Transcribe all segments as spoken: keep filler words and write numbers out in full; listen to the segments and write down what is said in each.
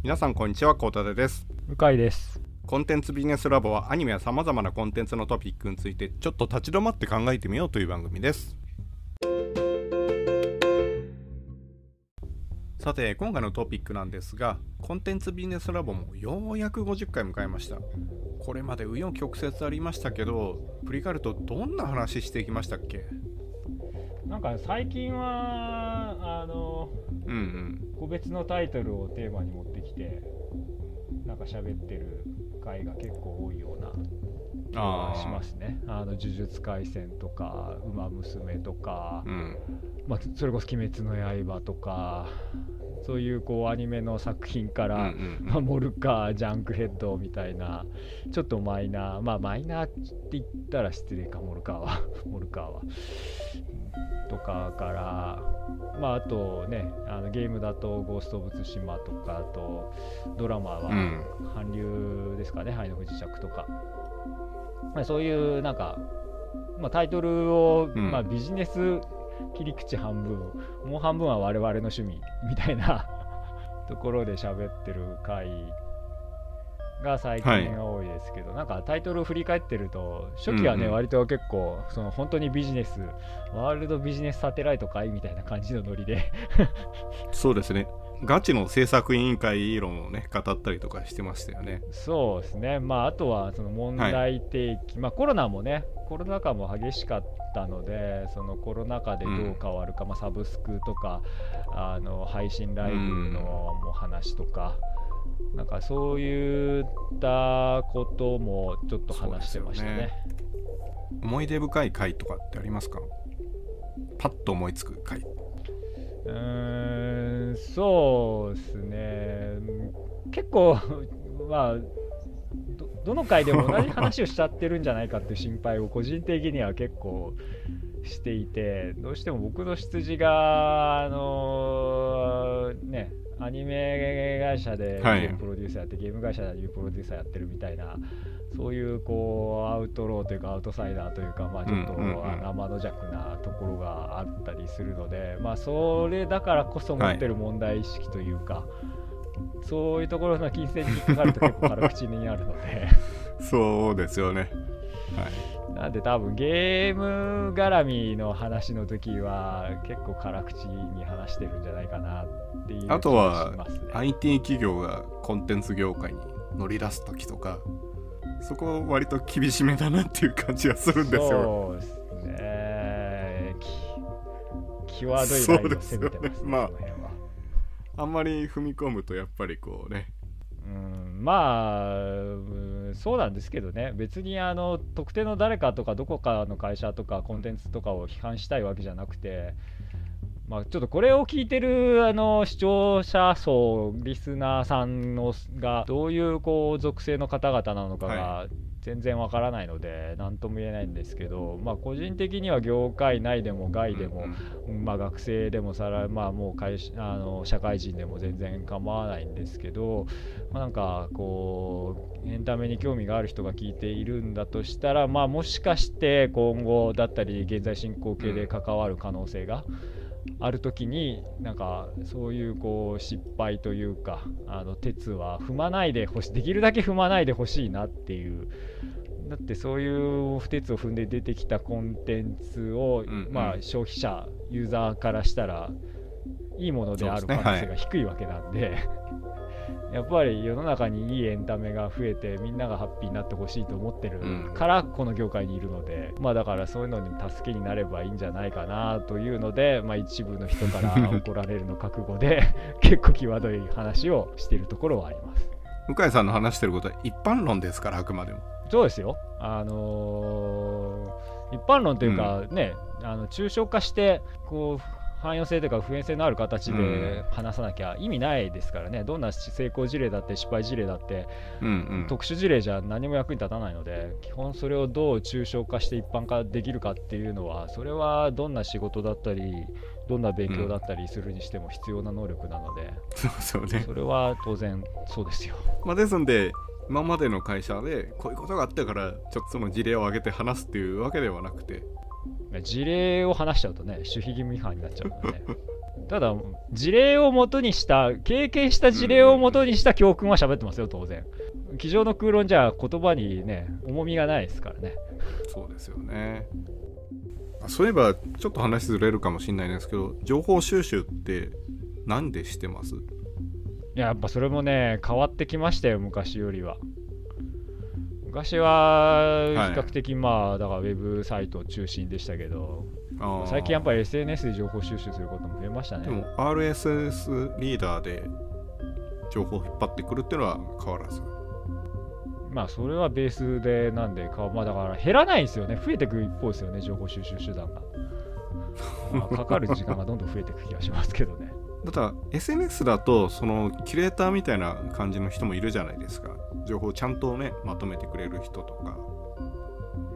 皆さんこんにちは、コウタテです。 向井です。 コンテンツビジネスラボはアニメやさまざまなコンテンツのトピックについてちょっと立ち止まって考えてみようという番組です。さて今回のトピックなんですが、コンテンツビジネスラボもようやくごじゅっかい迎えました。これまで紆余曲折ありましたけど、振り返るとどんな話していきましたっけ？ なんか最近はあの、うんうん、個別のタイトルをテーマに持ってきてなんか喋ってる回が結構多いような気がしますね。あの呪術廻戦とかウマ娘とか、うんまあ、それこそ鬼滅の刃とかそういうこうアニメの作品から、うんうんうんまあ、モルカージャンクヘッドみたいなちょっとマイナーまあマイナーって言ったら失礼かモルカーはモルカーはとかから、まあ、あとねあのゲームだとゴースト・オブ・ツシマとか、あとドラマは韓流ですかね、灰の不時着とか、まあ、そういうなんか、まあ、タイトルを、うんまあ、ビジネス切り口半分もう半分は我々の趣味みたいなところで喋ってる回が最近が多いですけど、はい、なんかタイトルを振り返ってると初期はね、うんうん、割と結構その本当にビジネスワールドビジネスサテライト会みたいな感じのノリでそうですね、ガチの制作委員会論をね語ったりとかしてましたよね。 そうですね、まああとはその問題提起、はい、まあコロナもねコロナ禍も激しかったので、そのコロナ禍でどう変わるか、うんまあ、サブスクとかあの配信ライブのも話とか、うん、なんかそういったこともちょっと話してました ね, ね思い出深い回とかってありますか？パッと思いつく回。 うーんそうですね、結構まあ ど, どの回でも同じ話をしちゃってるんじゃないかっていう心配を個人的には結構していて、どうしても僕の出自があのー、ねアニメ会社でゲームプロデューサーやって、はい、ゲーム会社でプロデューサーやってるみたいな、そういうこうアウトローというかアウトサイダーというか、まあちょっと生の弱なところがあったりするので、まあそれだからこそ持ってる問題意識というか、はい、そういうところの金銭に引っかかると結構辛口になるのでそうですよね、はい、 なんで多分ゲーム絡みの話の時は結構辛口に話してるんじゃないかなっていう気がしますね。 あとは アイティー 企業がコンテンツ業界に乗り出す時とか、そこは割と厳しめだなっていう感じがするんですよ。 そうですね、き際どいラインを攻めてますね。 そうですよね、まああんまり踏み込むとやっぱりこうね、 うんまあそうなんですけどね、別にあの特定の誰かとかどこかの会社とかコンテンツとかを批判したいわけじゃなくて、まあ、ちょっとこれを聞いてるあの視聴者層リスナーさんのがどういうこう属性の方々なのかが全然わからないので何とも言えないんですけど、まあ、個人的には業界内でも外でも、うんうんまあ、学生でもさら、まあ、もう会社あの社会人でも全然構わないんですけど、まあ、なんかこうエンタメに興味がある人が聞いているんだとしたら、まあ、もしかして今後だったり現在進行形で関わる可能性がある時になんかそういうこう失敗というかあの鉄は踏まないでほしい、できるだけ踏まないでほしいなっていう。だってそういう不鉄を踏んで出てきたコンテンツを、うんうん、まあ消費者ユーザーからしたらいいものである可能性が低いわけなんで、ねはい、やっぱり世の中にいいエンタメが増えてみんながハッピーになってほしいと思ってるからこの業界にいるので、うん、まあだからそういうのに助けになればいいんじゃないかなというので、まあ、一部の人から怒られるの覚悟で結構際どい話をしているところはあります。 向井さんの話してることは一般論ですから、あくまでも。 そうですよ、あのー、一般論というかね、うん、あの抽象化してこう汎用性というか普遍性のある形で話さなきゃ意味ないですからね、うん、どんな成功事例だって失敗事例だって、うんうん、特殊事例じゃ何も役に立たないので、基本それをどう抽象化して一般化できるかっていうのは、それはどんな仕事だったりどんな勉強だったりするにしても必要な能力なので、うん、 そうそうね、 それは当然そうですよ。 まあ、ですんで今までの会社でこういうことがあったからちょっとその事例を挙げて話すっていうわけではなくて、 事例を話しちゃうとね守秘義務違反になっちゃうので、ね、 ただ事例を元にした経験した事例を元にした教訓は喋ってますよ当然。机上の空論じゃ言葉にね重みがないですからね。 そうですよね。そういえばちょっと話ずれるかもしれないんですけど、情報収集って何でしてます？ いや、やっぱそれもね変わってきましたよ昔よりは。昔は比較的まあだからウェブサイト中心でしたけど、はい、最近やっぱり エスエヌエス で情報収集することも増えましたね。 でも アールエスエス リーダーで情報を引っ張ってくるっていうのは変わらず。 まあそれはベースでなんでか、まあだから減らないんですよね。増えていく一方ですよね、情報収集手段が。まあ、かかる時間がどんどん増えていく気がしますけどね。 だから エスエヌエス だとそのキュレーターみたいな感じの人もいるじゃないですか。情報をちゃんとねまとめてくれる人とか。 う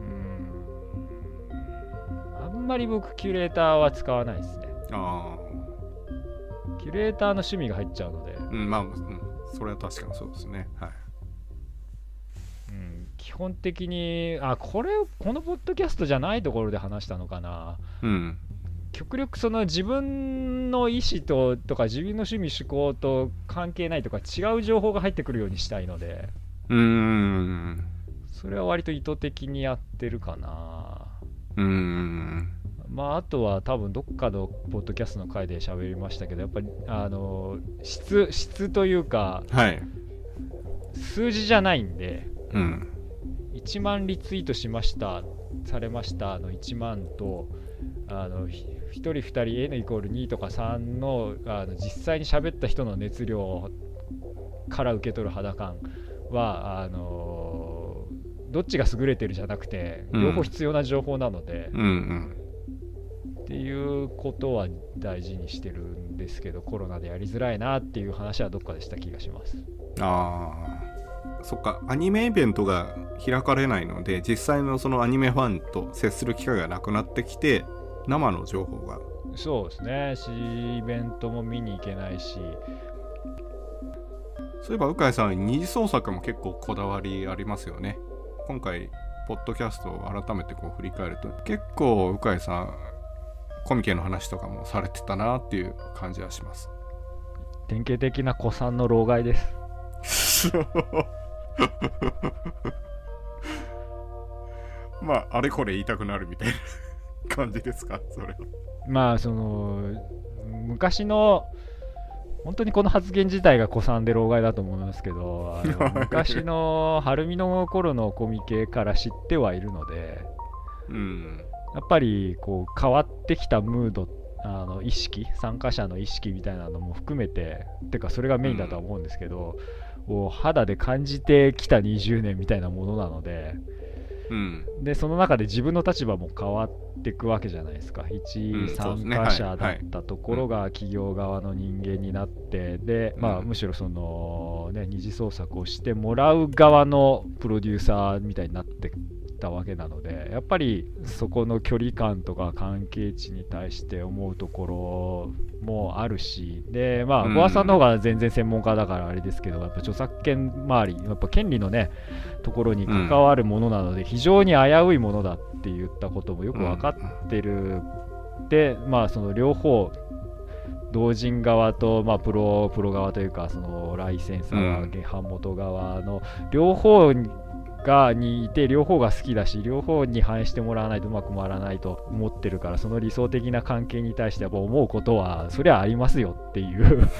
ーん、あんまり僕キュレーターは使わないですね。ああ。キュレーターの趣味が入っちゃうので。 うん、まあ、うん、それは確かにそうですね。はい。 うん、基本的にあこれこのポッドキャストじゃないところで話したのかな。うん。極力その自分の意思ととか自分の趣味嗜好と関係ないとか違う情報が入ってくるようにしたいので、うーん、それは割と意図的にやってるかな。うーん、まああとは多分どっかのポッドキャストの回で喋りましたけど、やっぱりあの質質というか、はい、数字じゃないんで、うん、いちまんリツイートしましたされましたのいちまんと、あのひとりふたり N イコールにとかさん の, あの実際に喋った人の熱量から受け取る肌感はあのどっちが優れてるじゃなくて両方必要な情報なので、うんうんうん、っていうことは大事にしてるんですけど、コロナでやりづらいなっていう話はどっかでした気がします。 ああ、そっか。アニメイベントが開かれないので実際のそのアニメファンと接する機会がなくなってきて、生の情報が。 そうですね。しイベントも見に行けないし。 そういえば鵜飼さん、二次創作も結構こだわりありますよね。今回ポッドキャストを改めてこう振り返ると結構鵜飼さんコミケの話とかもされてたなっていう感じはします。 典型的な古参の老害です。 まああれこれ言いたくなるみたいな感じですか、それは。 まあその昔の本当にこの発言自体が古参で老害だと思いますけど、あの昔の晴海の頃のコミケから知ってはいるので、うん、やっぱりこう変わってきたムード、あの意識、参加者の意識みたいなのも含めて、てかそれがメインだとは思うんですけど、うん、肌で感じてきたにじゅうねんみたいなものなので、うん、でその中で自分の立場も変わっていくわけじゃないですか。一参加者だったところが企業側の人間になって、で、まあ、むしろその、ね、二次創作をしてもらう側のプロデューサーみたいになってたわけなので、やっぱりそこの距離感とか関係値に対して思うところもあるし、でまあ小川さんの方が全然専門家だからあれですけど、やっぱ著作権周り、やっぱ権利のねところに関わるものなので非常に危ういものだって言ったこともよく分かってる。でまあその両方同人側と、まあ、プロプロ側というか、そのライセンサーが版元側の両方にがにいて、両方が好きだし両方に反映してもらわないとうまく回らないと思ってるから、その理想的な関係に対してやっぱ思うことはそりゃありますよっていう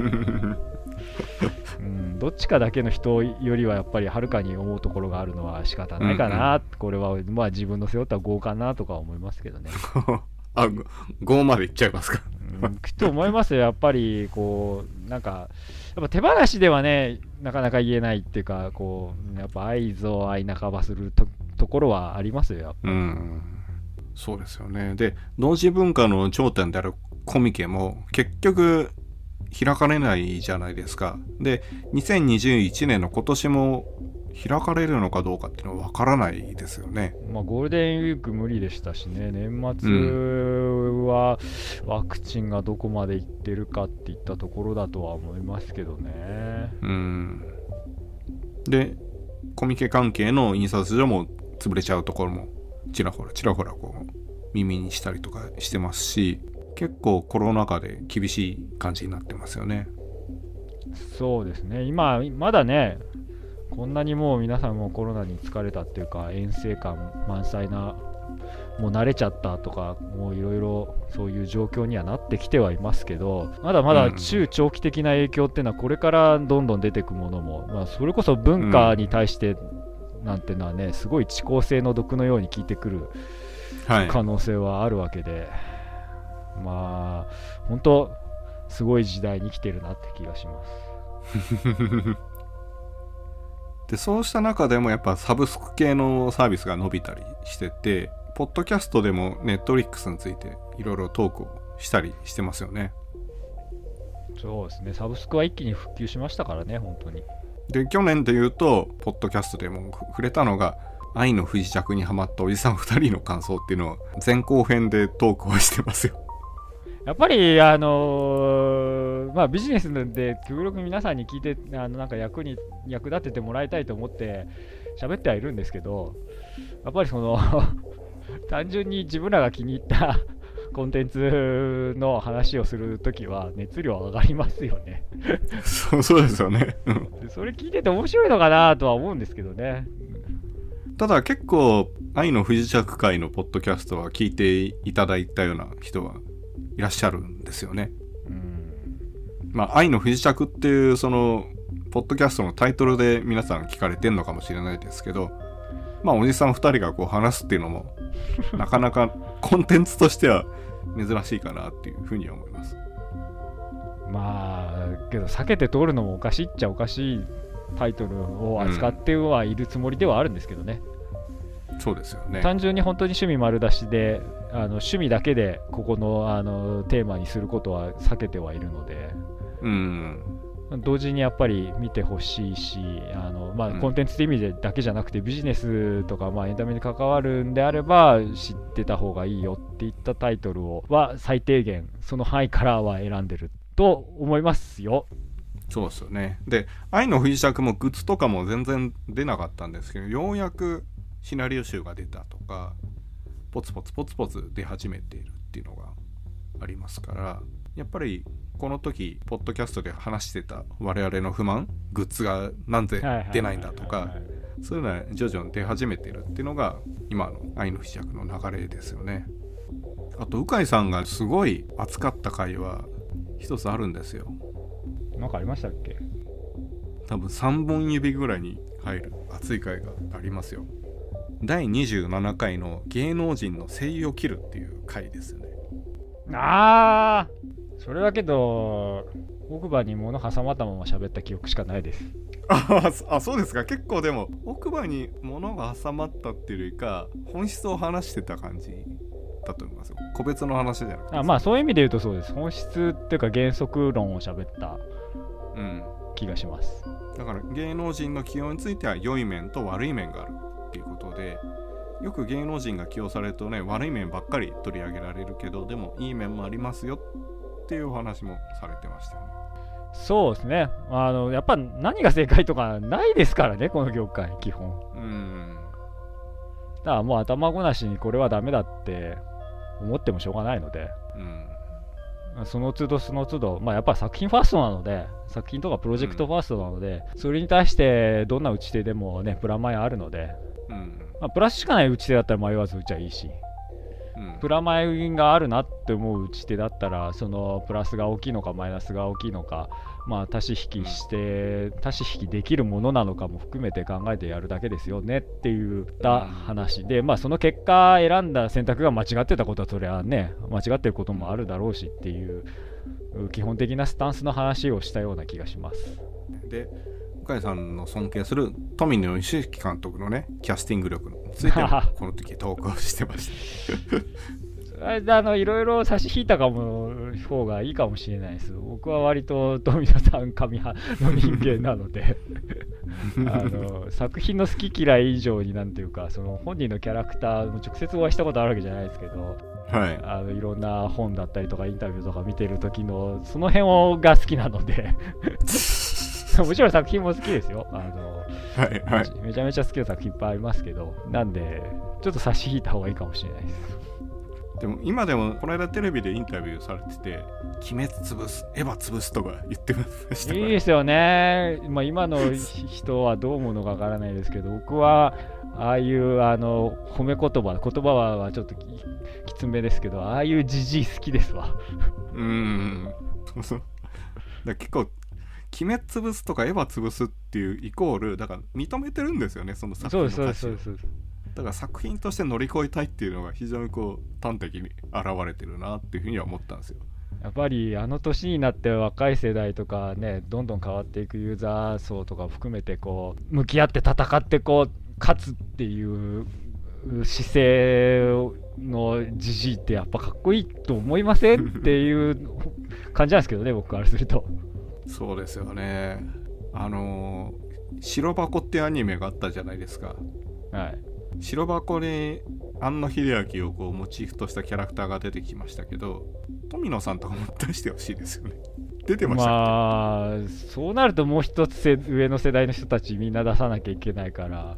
うん、どっちかだけの人よりはやっぱりはるかに思うところがあるのは仕方ないかな、うんうん、これはまあ自分の背負った業かなとか思いますけどね。 あ、業までいっちゃいますか。 うん、きっと思いますよ。やっぱりこうなんかやっぱ手放しではねなかなか言えないっていうか、こうやっぱ愛憎愛半ばする と, ところはありますよやっぱり。うん、 そうですよね。で同時文化の頂点であるコミケも結局開かれないじゃないですか。でにせんにじゅういちねんの今年も開かれるのかどうかっていうのは分からないですよね。 まあ、ゴールデンウィーク無理でしたしね、年末はワクチンがどこまでいってるかっていったところだとは思いますけどね。うん。 でコミケ関係の印刷所も潰れちゃうところもちらほらちらほらこう耳にしたりとかしてますし、 結構コロナ禍で厳しい感じになってますよね。 そうですね、今まだねこんなにもう皆さんもコロナに疲れたっていうか遠征感満載な、もう慣れちゃったとか、もういろいろそういう状況にはなってきてはいますけど、まだまだ中長期的な影響っていうのはこれからどんどん出てくものも、まあ、それこそ文化に対してなんていうのはね、すごい遅効性の毒のように効いてくる可能性はあるわけで、はい、まあ本当すごい時代に来てるなって気がしますでそうした中でもやっぱサブスク系のサービスが伸びたりしてて、ポッドキャストでもネットフリックスについていろいろトークをしたりしてますよね。 そうですね、サブスクは一気に復旧しましたからね、本当に。 で去年でいうとポッドキャストでも触れたのが愛の不時着にハマったおじさんふたりの感想っていうのを前後編でトークをしてますよ。 やっぱりあのー、まあビジネスで極力皆さんに聞いてあのなんか役に役立ててもらいたいと思って喋ってはいるんですけど、やっぱりその単純に自分らが気に入ったコンテンツの話をするときは熱量上がりますよねそうそうですよねそれ聞いてて面白いのかなとは思うんですけどね。 ただ結構愛の不時着会のポッドキャストは聞いていただいたような人はいらっしゃるんですよね。うん、まあ愛の不時着っていうそのポッドキャストのタイトルで皆さん聞かれてんのかもしれないですけど、まあおじさんふたりがこう話すっていうのもなかなかコンテンツとしては珍しいかなっていうふうには思います。 まあけど避けて通るのもおかしいっちゃおかしいタイトルを扱ってはいるつもりではあるんですけどね、 うん、そうですよね。 単純に本当に趣味丸出しであの趣味だけでここの、あのテーマにすることは避けてはいるので、うん、同時にやっぱり見てほしいし、あの、まあ、コンテンツって意味でだけじゃなくて、うん、ビジネスとか、まあ、エンタメに関わるんであれば知ってた方がいいよっていったタイトルをは最低限その範囲からは選んでると思いますよ。 そうですよね。で愛の不時着もグッズとかも全然出なかったんですけど、ようやくシナリオ集が出たとかポツポツポツポツ出始めているっていうのがありますから、やっぱりこの時ポッドキャストで話してた我々の不満、グッズがなんで出ないんだとか、そういうのは徐々に出始めてるっていうのが今の愛の不時着の流れですよね。あと鵜飼さんがすごい熱かった回は一つあるんですよ。 なんかありましたっけ？ 多分さんぼん指ぐらいに入る熱い回がありますよ。だいにじゅうななかいの芸能人の声優を切るっていう回ですよね。 あー、それだけど奥歯に物挟まったまま喋った記憶しかないです。 ああ、そうですか。結構でも奥歯に物が挟まったっていうよりか本質を話してた感じだと思いますよ。個別の話じゃなくて。 あ、まあそういう意味で言うとそうです。本質っていうか原則論を喋った気がします、 うん、だから芸能人の起用については良い面と悪い面があるっていうことで、よく芸能人が起用されるとね、悪い面ばっかり取り上げられるけど、でもいい面もありますよっていうお話もされてましたよね。 そうですね。あのやっぱ何が正解とかないですからね、この業界基本。うん。だからもう頭ごなしにこれはダメだって思ってもしょうがないので、うん、その都度その都度、まあやっぱ作品ファーストなので、作品とかプロジェクトファーストなので、うん、それに対してどんな打ち手でもねプラマイあるので、うんまあ、プラスしかない打ち手だったら迷わず打ちゃいいし、うん、プラマイがあるなって思う打ち手だったら、そのプラスが大きいのかマイナスが大きいのか、まあ足し引きして、うん、足し引きできるものなのかも含めて考えてやるだけですよねって言った話で、まあその結果選んだ選択が間違ってたことはそれはね間違ってることもあるだろうしっていう基本的なスタンスの話をしたような気がします。 で向井さんの尊敬する富野義行監督のねキャスティング力についてもこの時投稿してましたあのいろいろ差し引いたかも方がいいかもしれないです。僕は割と富野さん神派の人間なのであの作品の好き嫌い以上になんていうか、その本人のキャラクターも直接お会いしたことあるわけじゃないですけど、はい、あのいろんな本だったりとかインタビューとか見てる時のその辺が好きなのでもちろん作品も好きですよ。あの、はいはい、めちゃめちゃ好きな作品いっぱいありますけど、なんでちょっと差し引いた方がいいかもしれないです。 でも今でもこの間テレビでインタビューされてて、鬼滅潰す、エヴァ潰すとか言ってましたから。 いいですよね。まあ、今の人はどう思うのかわからないですけど、僕はああいうあの褒め言葉、言葉はちょっと き, きつめですけど、ああいうジジイ好きですわ。 うーん。そうそう。だ結構鬼滅潰すとかエヴァ潰すっていうイコールだから認めてるんですよね、その作品の価値を。 そうですそうですそうです。 だから作品として乗り越えたいっていうのが非常にこう端的に現れてるなっていうふうには思ったんですよ。 やっぱりあの年になって若い世代とかね、どんどん変わっていくユーザー層とか含めてこう向き合って戦ってこう勝つっていう姿勢のジジイってやっぱかっこいいと思いませんっていう感じなんですけどね、僕からすると。 そうですよね。あのー、白箱ってアニメがあったじゃないですか。 はい。 白箱に庵野秀明をこうモチーフとしたキャラクターが出てきましたけど、富野さんとかも出してほしいですよね。出てましたっけ？ まあそうなるともう一つ上の世代の人たちみんな出さなきゃいけないから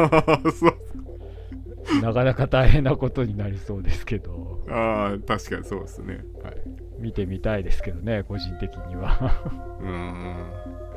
そうなかなか大変なことになりそうですけど。 ああ、確かにそうですね。はい。 見てみたいですけどね、個人的には。 うーん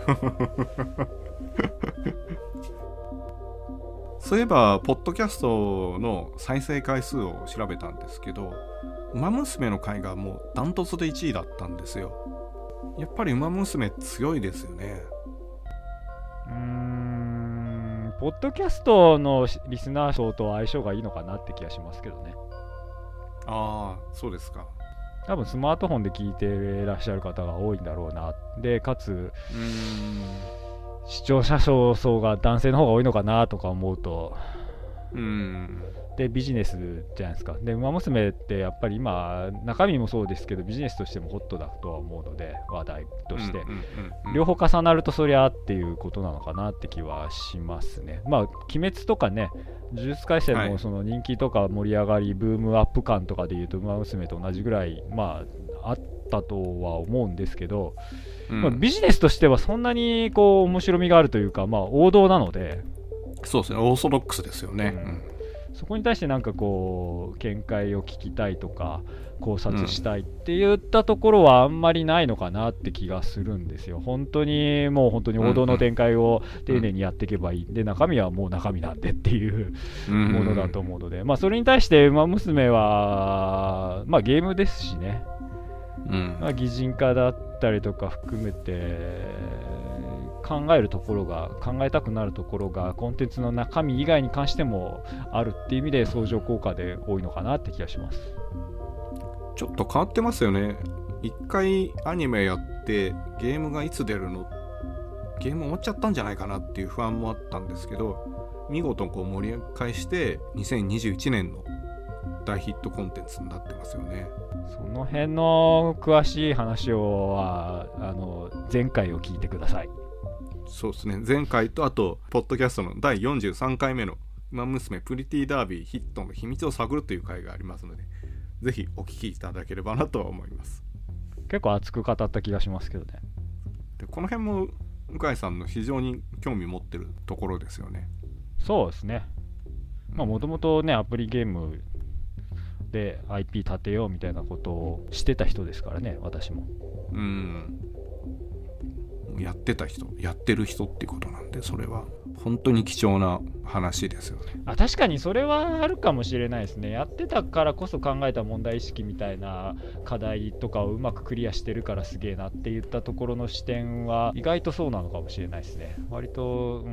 そういえばポッドキャストの再生回数を調べたんですけど、ウマ娘の回がもうダントツでいちいだったんですよ。やっぱりウマ娘強いですよね。 うーん、ポッドキャストのリスナー層と相性がいいのかなって気がしますけどね。 ああ、そうですか。 多分スマートフォンで聞いていらっしゃる方が多いんだろうな。でかつうーん視聴者層が男性の方が多いのかなとか思うと、 うーんでビジネスじゃないですか。でウマ娘ってやっぱり今中身もそうですけどビジネスとしてもホットだとは思うので、話題として、うんうんうんうん、両方重なるとそりゃっていうことなのかなって気はしますね。まあ鬼滅とかね、呪術廻戦のその人気とか盛り上がり、はい、ブームアップ感とかでいうとウマ娘と同じぐらいまああったとは思うんですけど、うんまあ、ビジネスとしてはそんなにこう面白みがあるというか、まあ、王道なので。 そうですね、オーソドックスですよね、 うんうん、そこに対してなんかこう見解を聞きたいとか考察したいっていったところはあんまりないのかなって気がするんですよ。本当にもう本当に王道の展開を丁寧にやっていけばいい、うん、で中身はもう中身なんでっていうものだと思うので、まあそれに対してウマ娘はまあゲームですしね、うんまあ、擬人化だったりとか含めて考えるところが考えたくなるところがコンテンツの中身以外に関してもあるっていう意味で相乗効果で多いのかなって気がします。 ちょっと変わってますよね。一回アニメやってゲームがいつ出るの、ゲーム終わっちゃったんじゃないかなっていう不安もあったんですけど、見事こう盛り返してにせんにじゅういちねんの大ヒットコンテンツになってますよね。 その辺の詳しい話をはあの前回を聞いてください。 そうですね、前回とあとポッドキャストのだいよんじゅうさんかいめのウマ娘プリティダービーヒットの秘密を探るという回がありますので、ぜひお聞きいただければなとは思います。 結構熱く語った気がしますけどね。 でこの辺も向井さんの非常に興味持ってるところですよね。 そうですね。まあもともとねアプリゲームで アイピー 立てようみたいなことをしてた人ですからね、私も。 うんやってた人、やってる人っていうことなんで、それは本当に貴重な話ですよね。 あ、確かにそれはあるかもしれないですね。やってたからこそ考えた問題意識みたいな課題とかをうまくクリアしてるからすげえなって言ったところの視点は意外とそうなのかもしれないですね。割と、うん、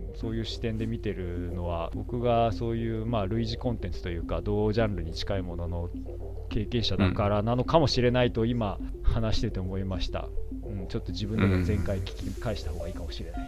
そういう視点で見てるのは僕がそういう、まあ、類似コンテンツというか同ジャンルに近いものの経験者だからなのかもしれないと今話してて思いました。うん、ちょっと自分でも前回聞き返した方がいいかもしれない。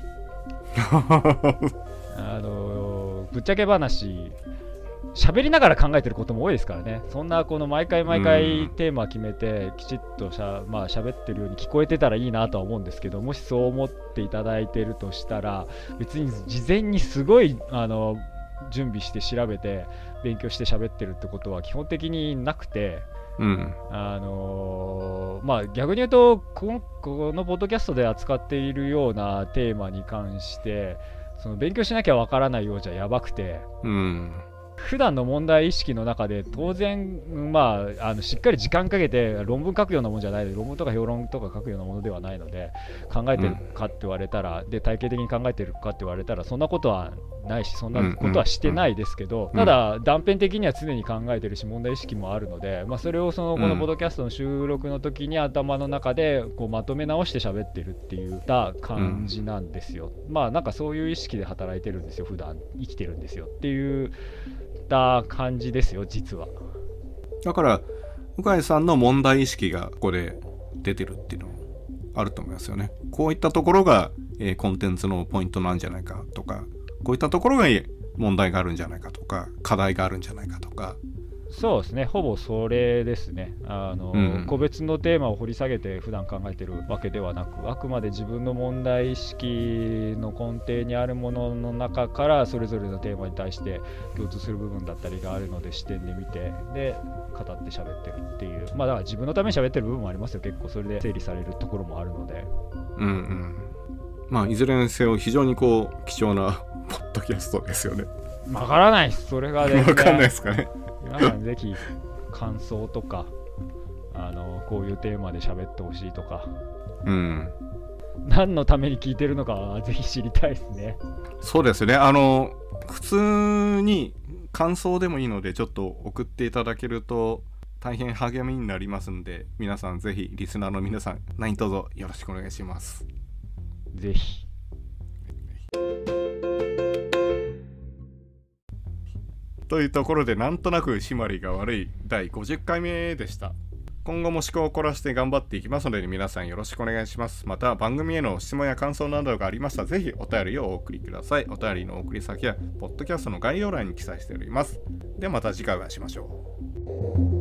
あのー、ぶっちゃけ話喋りながら考えてることも多いですからね。そんなこの毎回毎回テーマ決めてきちっとしゃ、まあ、喋ってるように聞こえてたらいいなとは思うんですけど、もしそう思っていただいてるとしたら別に事前にすごいあの準備して調べて勉強して喋ってるってことは基本的になくて、うん、あのー、まあ逆に言うとこの、このポッドキャストで扱っているようなテーマに関してその勉強しなきゃわからないようじゃやばくて、うん、 普段の問題意識の中で当然、まあ、あのしっかり時間かけて論文書くようなもんじゃないで、論文とか評論とか書くようなものではないので、考えてるかって言われたら、うん、で体系的に考えてるかって言われたらそんなことはないし、そんなことはしてないですけど、ただ断片的には常に考えてるし問題意識もあるので、まあ、それをそのこのポッドキャストの収録の時に頭の中でこうまとめ直して喋ってるっていうた感じなんですよ。まあなんかそういう意識で働いてるんですよ、普段生きてるんですよっていうた感じですよ実は。 だから向井さんの問題意識がここで出てるっていうのあると思いますよね。こういったところが、えー、コンテンツのポイントなんじゃないかとか、こういったところが問題があるんじゃないかとか、課題があるんじゃないかとか。 そうですね、ほぼそれですね。あの、うん、個別のテーマを掘り下げて普段考えてるわけではなく、あくまで自分の問題意識の根底にあるものの中からそれぞれのテーマに対して共通する部分だったりがあるので視点で見て、で語って喋ってるっていう、まあだから自分のために喋ってる部分もありますよ、結構それで整理されるところもあるので。 うんうん。まあいずれにせよ非常にこう貴重なポッドキャストですよね。 わからないです、それが全然わかんないですかね。 皆さんぜひ感想とか、あのこういうテーマで喋ってほしいとか、 うん、 何のために聞いてるのかはぜひ知りたいですね。 そうですね。あの普通に感想でもいいのでちょっと送っていただけると大変励みになりますんで、皆さんぜひリスナーの皆さん何卒よろしくお願いします。 ぜひ。 というところで、なんとなく締まりが悪いだいごじゅっかいめでした。今後も思考を凝らして頑張っていきますので、皆さんよろしくお願いします。また番組への質問や感想などがありましたら、ぜひお便りをお送りください。お便りの送り先はポッドキャストの概要欄に記載しております。ではまた次回お会いしましょう。